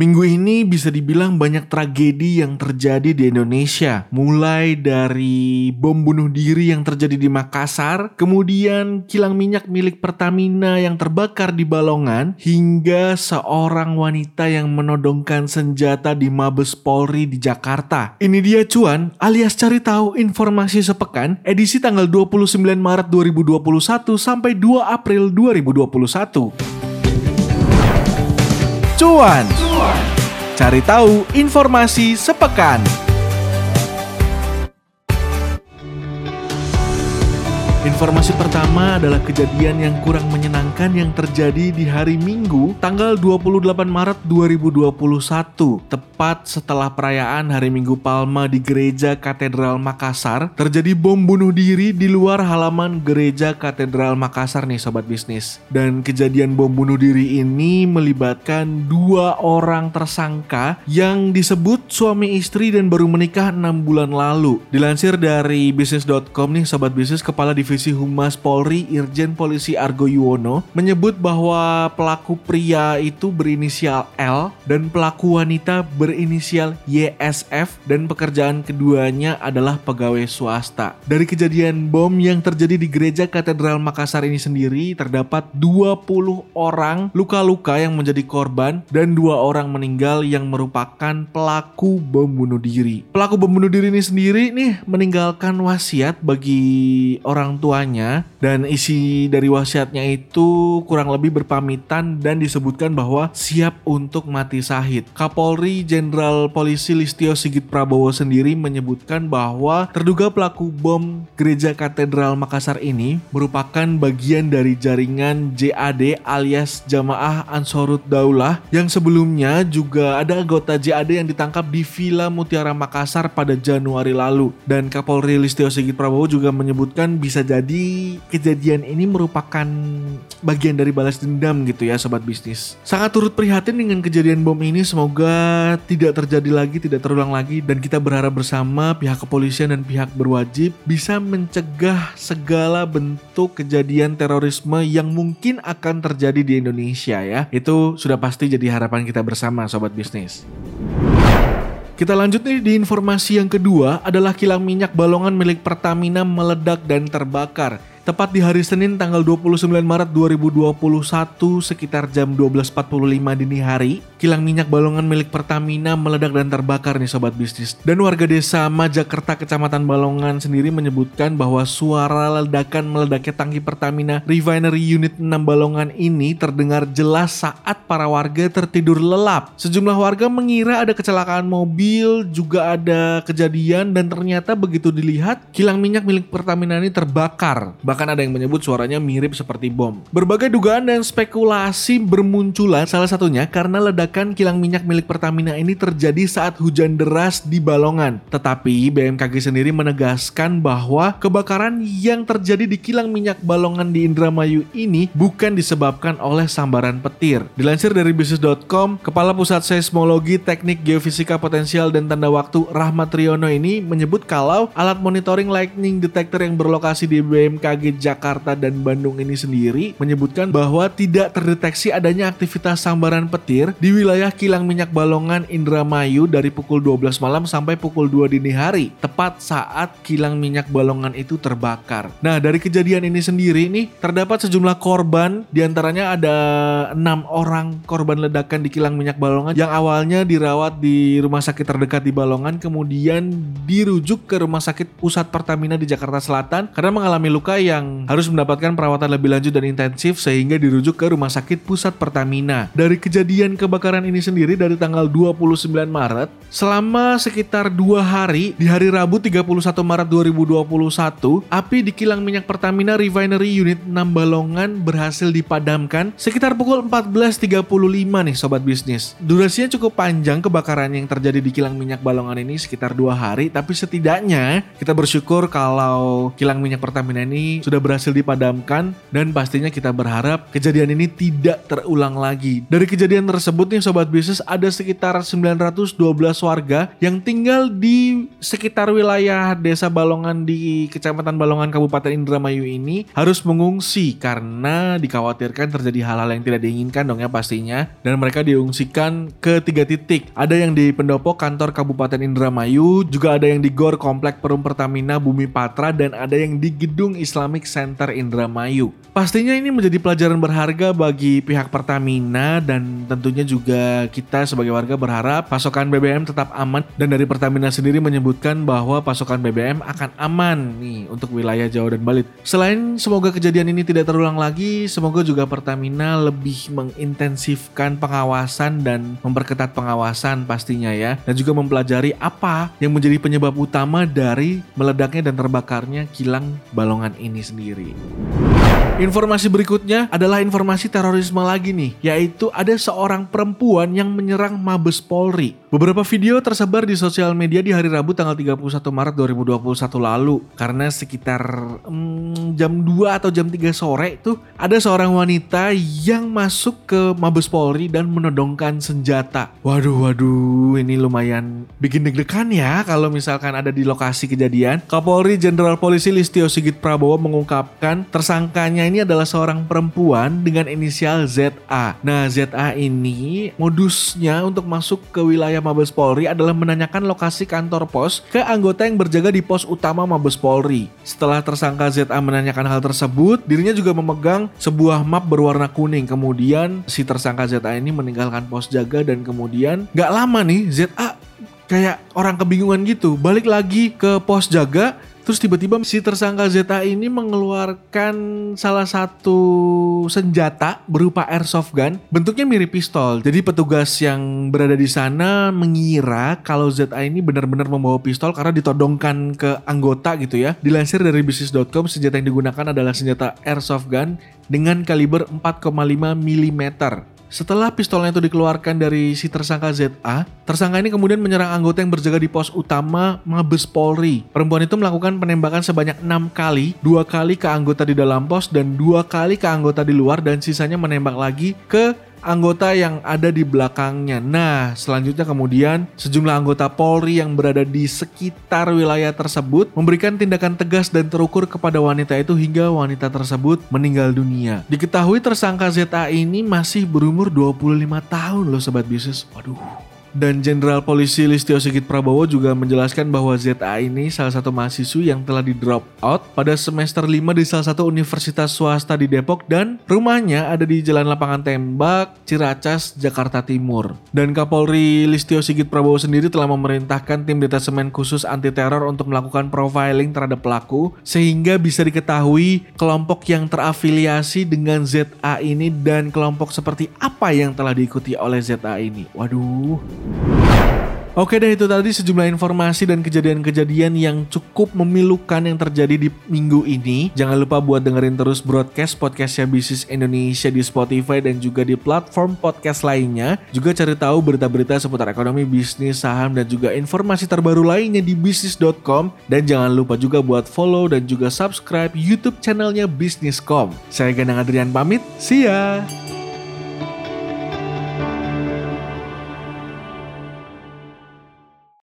Minggu ini bisa dibilang banyak tragedi yang terjadi di Indonesia. Mulai dari bom bunuh diri yang terjadi di Makassar, kemudian kilang minyak milik Pertamina yang terbakar di Balongan, hingga seorang wanita yang menodongkan senjata di Mabes Polri di Jakarta. Ini dia cuan, alias cari tahu informasi sepekan, edisi tanggal 29 Maret 2021 sampai 2 April 2021. Cuan, cari tahu informasi sepekan. Informasi pertama adalah kejadian yang kurang menyenangkan yang terjadi di hari Minggu tanggal 28 Maret 2021, tepat setelah perayaan Hari Minggu Palma di Gereja Katedral Makassar. Terjadi bom bunuh diri di luar halaman Gereja Katedral Makassar nih sobat bisnis. Dan kejadian bom bunuh diri ini melibatkan 2 orang tersangka yang disebut suami istri dan baru menikah 6 bulan lalu. Dilansir dari bisnis.com nih sobat bisnis, Kepala Divisi Humas Polri Irjen Polisi Argo Yuwono menyebut bahwa pelaku pria itu berinisial L dan pelaku wanita berinisial YSF dan pekerjaan keduanya adalah pegawai swasta. Dari kejadian bom yang terjadi di Gereja Katedral Makassar ini sendiri terdapat 20 orang luka-luka yang menjadi korban dan 2 orang meninggal yang merupakan pelaku bom bunuh diri. Pelaku bom bunuh diri ini sendiri nih meninggalkan wasiat bagi orang tuanya, dan isi dari wasiatnya itu kurang lebih berpamitan dan disebutkan bahwa siap untuk mati syahid. Kapolri Jenderal Polisi Listio Sigit Prabowo sendiri menyebutkan bahwa terduga pelaku bom Gereja Katedral Makassar ini merupakan bagian dari jaringan JAD alias Jamaah Ansarud Daulah yang sebelumnya juga ada anggota JAD yang ditangkap di Villa Mutiara Makassar pada Januari lalu. Dan Kapolri Listio Sigit Prabowo juga menyebutkan bisa jadi kejadian ini merupakan bagian dari balas dendam gitu ya sobat bisnis. Sangat turut prihatin dengan kejadian bom ini, semoga tidak terjadi lagi, tidak terulang lagi, dan kita berharap bersama pihak kepolisian dan pihak berwajib bisa mencegah segala bentuk kejadian terorisme yang mungkin akan terjadi di Indonesia ya. Itu sudah pasti jadi harapan kita bersama sobat bisnis. Kita lanjut nih di informasi yang kedua adalah kilang minyak Balongan milik Pertamina meledak dan terbakar. Tepat di hari Senin tanggal 29 Maret 2021 sekitar jam 12.45 dini hari, kilang minyak Balongan milik Pertamina meledak dan terbakar nih sobat bisnis. Dan warga desa Majakerta Kecamatan Balongan sendiri menyebutkan bahwa suara ledakan meledaknya tangki Pertamina Refinery Unit 6 Balongan ini terdengar jelas saat para warga tertidur lelap. Sejumlah warga mengira ada kecelakaan mobil, juga ada kejadian, dan ternyata begitu dilihat kilang minyak milik Pertamina ini terbakar. Bahkan ada yang menyebut suaranya mirip seperti bom. Berbagai dugaan dan spekulasi bermunculan, salah satunya karena ledakan kilang minyak milik Pertamina ini terjadi saat hujan deras di Balongan. Tetapi BMKG sendiri menegaskan bahwa kebakaran yang terjadi di kilang minyak Balongan di Indramayu ini bukan disebabkan oleh sambaran petir. Dilansir dari bisnis.com, Kepala Pusat Seismologi, Teknik Geofisika Potensial dan Tanda Waktu Rahmat Riono ini menyebut kalau alat monitoring lightning detector yang berlokasi di BMKG Jakarta dan Bandung ini sendiri menyebutkan bahwa tidak terdeteksi adanya aktivitas sambaran petir di wilayah kilang minyak Balongan Indramayu dari pukul 12 malam sampai pukul 2 dini hari, tepat saat kilang minyak Balongan itu terbakar. Nah, dari kejadian ini sendiri nih terdapat sejumlah korban, diantaranya ada 6 orang korban ledakan di kilang minyak Balongan yang awalnya dirawat di rumah sakit terdekat di Balongan, kemudian dirujuk ke rumah sakit pusat Pertamina di Jakarta Selatan karena mengalami luka yang harus mendapatkan perawatan lebih lanjut dan intensif sehingga dirujuk ke Rumah Sakit Pusat Pertamina. Dari kejadian kebakaran ini sendiri dari tanggal 29 Maret, selama sekitar 2 hari, di hari Rabu 31 Maret 2021, api di kilang minyak Pertamina Refinery Unit 6 Balongan berhasil dipadamkan sekitar pukul 14.35 nih sobat bisnis. Durasinya cukup panjang kebakaran yang terjadi di kilang minyak Balongan ini sekitar 2 hari, tapi setidaknya kita bersyukur kalau kilang minyak Pertamina ini api sudah berhasil dipadamkan dan pastinya kita berharap kejadian ini tidak terulang lagi. Dari kejadian tersebut nih Sobat Bisnis, ada sekitar 912 warga yang tinggal di sekitar wilayah Desa Balongan di Kecamatan Balongan Kabupaten Indramayu ini harus mengungsi karena dikhawatirkan terjadi hal-hal yang tidak diinginkan dong ya pastinya, dan mereka diungsikan ke 3 titik. Ada yang di pendopo kantor Kabupaten Indramayu, juga ada yang di Gor Komplek Perum Pertamina Bumi Patra, dan ada yang di Gedung Islamic Center Indramayu. Pastinya ini menjadi pelajaran berharga bagi pihak Pertamina dan tentunya juga kita sebagai warga berharap pasokan BBM tetap aman, dan dari Pertamina sendiri menyebutkan bahwa pasokan BBM akan aman nih untuk wilayah Jawa dan Bali. Selain semoga kejadian ini tidak terulang lagi, semoga juga Pertamina lebih mengintensifkan pengawasan dan memperketat pengawasan pastinya ya, dan juga mempelajari apa yang menjadi penyebab utama dari meledaknya dan terbakarnya kilang Balongan ini sendiri. Informasi berikutnya adalah informasi terorisme lagi nih, yaitu ada seorang perempuan yang menyerang Mabes Polri. Beberapa video tersebar di sosial media di hari Rabu tanggal 31 Maret 2021 lalu. Karena sekitar jam 2 atau jam 3 sore tuh ada seorang wanita yang masuk ke Mabes Polri dan menodongkan senjata. Waduh, ini lumayan bikin deg-degan ya kalau misalkan ada di lokasi kejadian. Kapolri Jenderal Polisi Listio Sigit Prabowo mengungkapkan tersangkanya ini adalah seorang perempuan dengan inisial ZA. Nah, ZA ini modusnya untuk masuk ke wilayah Mabes Polri adalah menanyakan lokasi kantor pos ke anggota yang berjaga di pos utama Mabes Polri. Setelah tersangka ZA menanyakan hal tersebut, dirinya juga memegang sebuah map berwarna kuning. Kemudian si tersangka ZA ini meninggalkan pos jaga dan kemudian gak lama nih ZA kayak orang kebingungan gitu, balik lagi ke pos jaga. Terus tiba-tiba si tersangka ZA ini mengeluarkan salah satu senjata berupa airsoft gun, bentuknya mirip pistol. Jadi petugas yang berada di sana mengira kalau ZA ini benar-benar membawa pistol karena ditodongkan ke anggota gitu ya. Dilansir dari bisnis.com, senjata yang digunakan adalah senjata airsoft gun dengan kaliber 4,5 mm. Setelah pistolnya itu dikeluarkan dari si tersangka ZA, tersangka ini kemudian menyerang anggota yang berjaga di pos utama Mabes Polri. Perempuan itu melakukan penembakan sebanyak 6 kali, 2 kali ke anggota di dalam pos dan 2 kali ke anggota di luar, dan sisanya menembak lagi ke anggota yang ada di belakangnya. Nah, selanjutnya kemudian sejumlah anggota Polri yang berada di sekitar wilayah tersebut memberikan tindakan tegas dan terukur kepada wanita itu hingga wanita tersebut meninggal dunia. Diketahui tersangka ZA ini masih berumur 25 tahun loh Sobat Bisnis. Waduh. Dan Jenderal Polisi Listio Sigit Prabowo juga menjelaskan bahwa ZA ini salah satu mahasiswi yang telah di drop out pada semester 5 di salah satu universitas swasta di Depok, dan rumahnya ada di Jalan Lapangan Tembak, Ciracas, Jakarta Timur. Dan Kapolri Listio Sigit Prabowo sendiri telah memerintahkan tim detasemen khusus anti teror untuk melakukan profiling terhadap pelaku sehingga bisa diketahui kelompok yang terafiliasi dengan ZA ini dan kelompok seperti apa yang telah diikuti oleh ZA ini. Waduh. Oke deh, itu tadi sejumlah informasi dan kejadian-kejadian yang cukup memilukan yang terjadi di minggu ini. Jangan lupa buat dengerin terus podcastnya Bisnis Indonesia di Spotify dan juga di platform podcast lainnya. Juga cari tahu berita-berita seputar ekonomi, bisnis, saham, dan juga informasi terbaru lainnya di bisnis.com. Dan jangan lupa juga buat follow dan juga subscribe YouTube channelnya Bisniscom. Saya Ganang Adrian pamit, see ya!